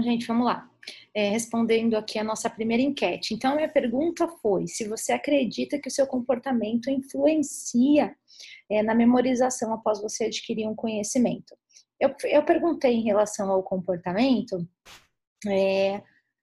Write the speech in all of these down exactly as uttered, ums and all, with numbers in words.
gente, vamos lá. É, respondendo aqui a nossa primeira enquete. Então, a minha pergunta foi se você acredita que o seu comportamento influencia é, na memorização após você adquirir um conhecimento. Eu, eu perguntei em relação ao comportamento, é,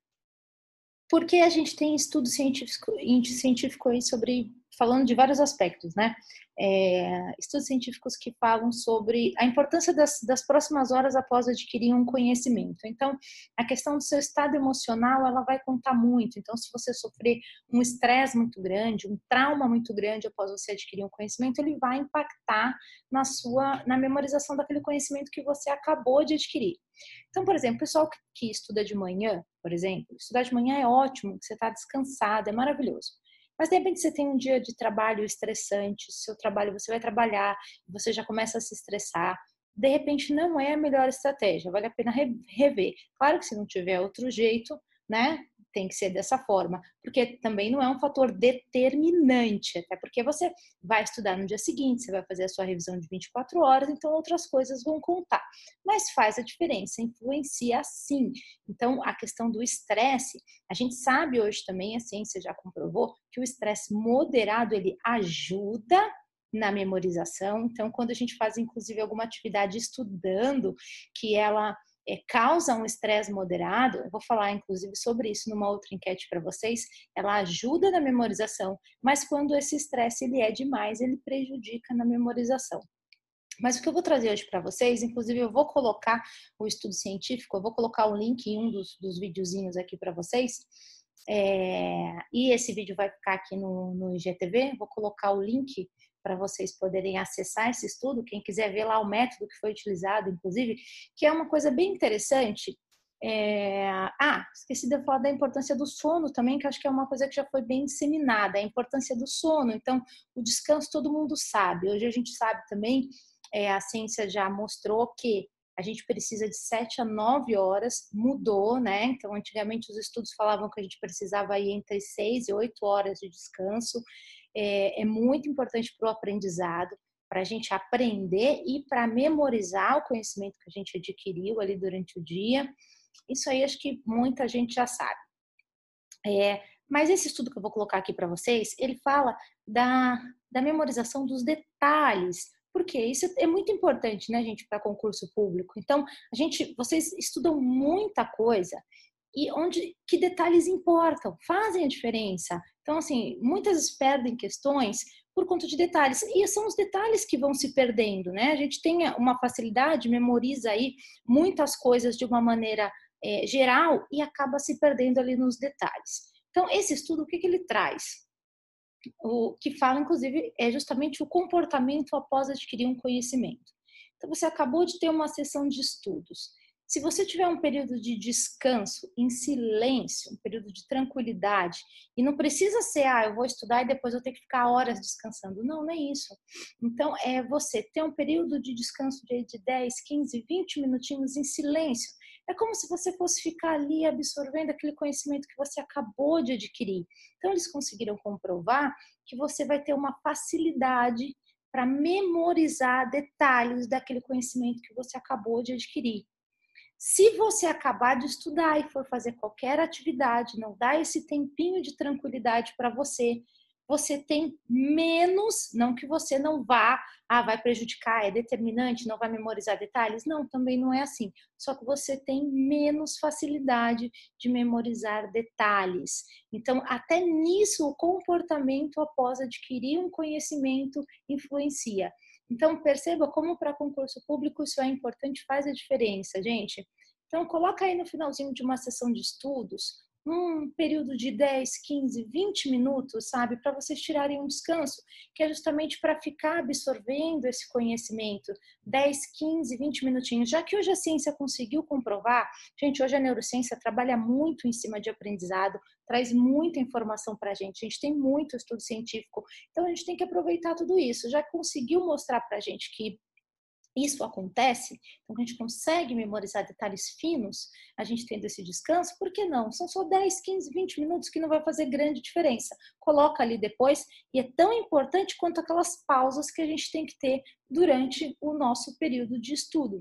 porque a gente tem estudo científico, científico aí sobre, falando de vários aspectos, né? É, estudos científicos que falam sobre a importância das, das próximas horas após adquirir um conhecimento. Então, a questão do seu estado emocional, ela vai contar muito. Então, se você sofrer um estresse muito grande, um trauma muito grande após você adquirir um conhecimento, ele vai impactar na sua, na memorização daquele conhecimento que você acabou de adquirir. Então, por exemplo, o pessoal que, que estuda de manhã, por exemplo, estudar de manhã é ótimo, você está descansado, é maravilhoso. Mas de repente você tem um dia de trabalho estressante, seu trabalho, você vai trabalhar, você já começa a se estressar. De repente não é a melhor estratégia, vale a pena rever. Claro que se não tiver outro jeito, né, tem que ser dessa forma, porque também não é um fator determinante, até porque você vai estudar no dia seguinte, você vai fazer a sua revisão de vinte e quatro horas, então outras coisas vão contar. Mas faz a diferença, influencia sim. Então, a questão do estresse, a gente sabe hoje também, a ciência já comprovou, que o estresse moderado, ele ajuda na memorização. Então, quando a gente faz, inclusive, alguma atividade estudando, que ela é, causa um estresse moderado, eu vou falar, inclusive, sobre isso numa outra enquete para vocês, ela ajuda na memorização, mas quando esse estresse ele é demais, ele prejudica na memorização. Mas o que eu vou trazer hoje para vocês, inclusive eu vou colocar o estudo científico, eu vou colocar o link em um dos, dos videozinhos aqui para vocês, é, e esse vídeo vai ficar aqui no, no I G T V, vou colocar o link para vocês poderem acessar esse estudo, quem quiser ver lá o método que foi utilizado, inclusive, que é uma coisa bem interessante. É... Ah, esqueci de falar da importância do sono também, que acho que é uma coisa que já foi bem disseminada, a importância do sono. Então, o descanso todo mundo sabe, hoje a gente sabe também, é, a ciência já mostrou que a gente precisa de sete a nove horas, mudou, né? Então, antigamente os estudos falavam que a gente precisava ir entre seis e oito horas de descanso. É, é muito importante para o aprendizado, para a gente aprender e para memorizar o conhecimento que a gente adquiriu ali durante o dia. Isso aí acho que muita gente já sabe. É, mas esse estudo que eu vou colocar aqui para vocês, ele fala da, da memorização dos detalhes. Por quê? Isso é muito importante, né, gente, para concurso público. Então, a gente, vocês estudam muita coisa e onde que detalhes importam, fazem a diferença. Então, assim, muitas vezes perdem questões por conta de detalhes. E são os detalhes que vão se perdendo, né? A gente tem uma facilidade, memoriza aí muitas coisas de uma maneira é, geral e acaba se perdendo ali nos detalhes. Então, esse estudo, o que, que ele traz? O que fala, inclusive, é justamente o comportamento após adquirir um conhecimento. Então, você acabou de ter uma sessão de estudos. Se você tiver um período de descanso, em silêncio, um período de tranquilidade, e não precisa ser, ah, eu vou estudar e depois eu tenho que ficar horas descansando. Não, não é isso. Então, é você ter um período de descanso de dez, quinze, vinte minutinhos em silêncio. É como se você fosse ficar ali absorvendo aquele conhecimento que você acabou de adquirir. Então, eles conseguiram comprovar que você vai ter uma facilidade para memorizar detalhes daquele conhecimento que você acabou de adquirir. Se você acabar de estudar e for fazer qualquer atividade, não dá esse tempinho de tranquilidade para você, você tem menos, não que você não vá, ah, vai prejudicar, é determinante, não vai memorizar detalhes. Não, também não é assim. Só que você tem menos facilidade de memorizar detalhes. Então, até nisso, o comportamento após adquirir um conhecimento influencia. Então, perceba como para concurso público isso é importante, faz a diferença, gente. Então, coloca aí no finalzinho de uma sessão de estudos, um período de dez, quinze, vinte minutos, sabe? Para vocês tirarem um descanso, que é justamente para ficar absorvendo esse conhecimento. dez, quinze, vinte minutinhos. Já que hoje a ciência conseguiu comprovar, gente, hoje a neurociência trabalha muito em cima de aprendizado, traz muita informação para a gente. A gente tem muito estudo científico, então a gente tem que aproveitar tudo isso. Já conseguiu mostrar para a gente que isso acontece, então a gente consegue memorizar detalhes finos, a gente tendo esse descanso, por que não? São só dez, quinze, vinte minutos que não vai fazer grande diferença. Coloca ali depois e é tão importante quanto aquelas pausas que a gente tem que ter durante o nosso período de estudo.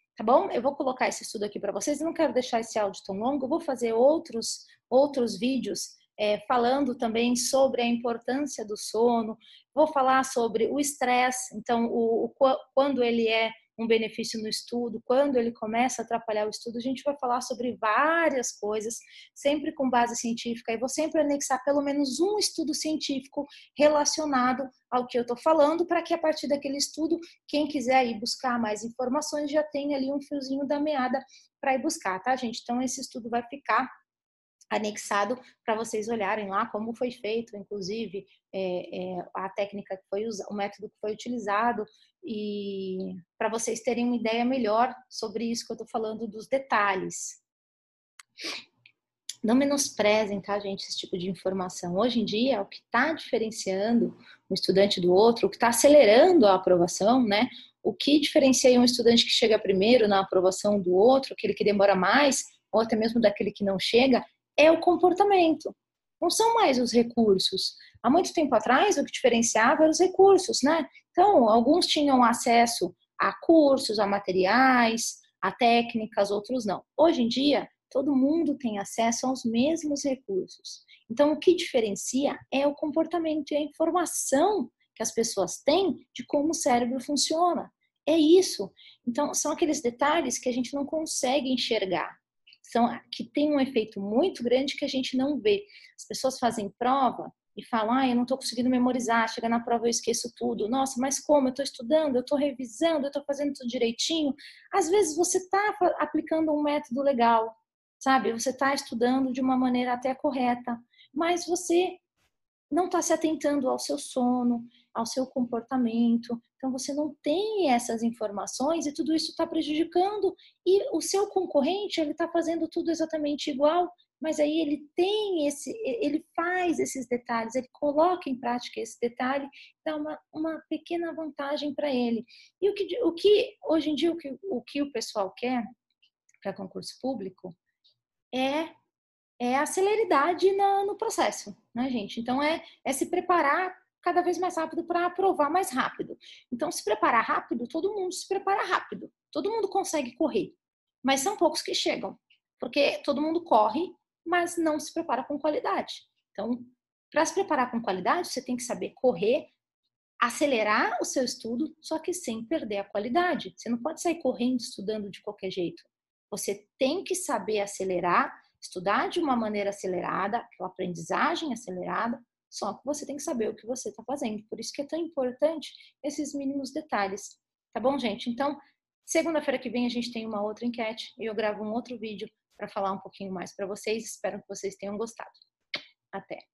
tá bom? Eu vou colocar esse estudo aqui para vocês, eu não quero deixar esse áudio tão longo, eu vou fazer outros, outros vídeos é, falando também sobre a importância do sono, vou falar sobre o estresse, então o, o, quando ele é um benefício no estudo, quando ele começa a atrapalhar o estudo, a gente vai falar sobre várias coisas, sempre com base científica, e vou sempre anexar pelo menos um estudo científico relacionado ao que eu estou falando, para que a partir daquele estudo, quem quiser ir buscar mais informações, já tenha ali um fiozinho da meada para ir buscar, tá, gente? Então, esse estudo vai ficar anexado para vocês olharem lá como foi feito, inclusive é, é, a técnica que foi usada, o método que foi utilizado, e para vocês terem uma ideia melhor sobre isso que eu estou falando dos detalhes. Não menosprezem, tá, gente, esse tipo de informação. Hoje em dia, o que está diferenciando um estudante do outro, o que está acelerando a aprovação, né? O que diferencia um estudante que chega primeiro na aprovação do outro, aquele que demora mais, ou até mesmo daquele que não chega, é o comportamento. Não são mais os recursos. Há muito tempo atrás, o que diferenciava eram os recursos, né? Então, alguns tinham acesso a cursos, a materiais, a técnicas, outros não. Hoje em dia, todo mundo tem acesso aos mesmos recursos. Então, o que diferencia é o comportamento e a informação que as pessoas têm de como o cérebro funciona. É isso. Então, são aqueles detalhes que a gente não consegue enxergar. São, que tem um efeito muito grande que a gente não vê. As pessoas fazem prova e falam, ah, eu não estou conseguindo memorizar, chega na prova eu esqueço tudo. Nossa, mas como? Eu estou estudando, eu estou revisando, eu estou fazendo tudo direitinho. Às vezes você está aplicando um método legal, sabe? Você está estudando de uma maneira até correta, mas você não está se atentando ao seu sono, ao seu comportamento. Então, você não tem essas informações e tudo isso está prejudicando. E o seu concorrente, ele está fazendo tudo exatamente igual, mas aí ele tem esse, ele faz esses detalhes, ele coloca em prática esse detalhe, dá uma, uma pequena vantagem para ele. E o que, o que, hoje em dia, o que o, que o pessoal quer para concurso público é é a celeridade na, no processo, né, gente? Então, é, é se preparar cada vez mais rápido para aprovar mais rápido. Então, se preparar rápido, todo mundo se prepara rápido. Todo mundo consegue correr, mas são poucos que chegam, porque todo mundo corre, mas não se prepara com qualidade. Então, para se preparar com qualidade, você tem que saber correr, acelerar o seu estudo, só que sem perder a qualidade. Você não pode sair correndo, estudando de qualquer jeito. Você tem que saber acelerar, estudar de uma maneira acelerada, aquela aprendizagem acelerada, só que você tem que saber o que você está fazendo. Por isso que é tão importante esses mínimos detalhes. Tá bom, gente? Então, segunda-feira que vem a gente tem uma outra enquete e eu gravo um outro vídeo para falar um pouquinho mais para vocês. Espero que vocês tenham gostado. Até!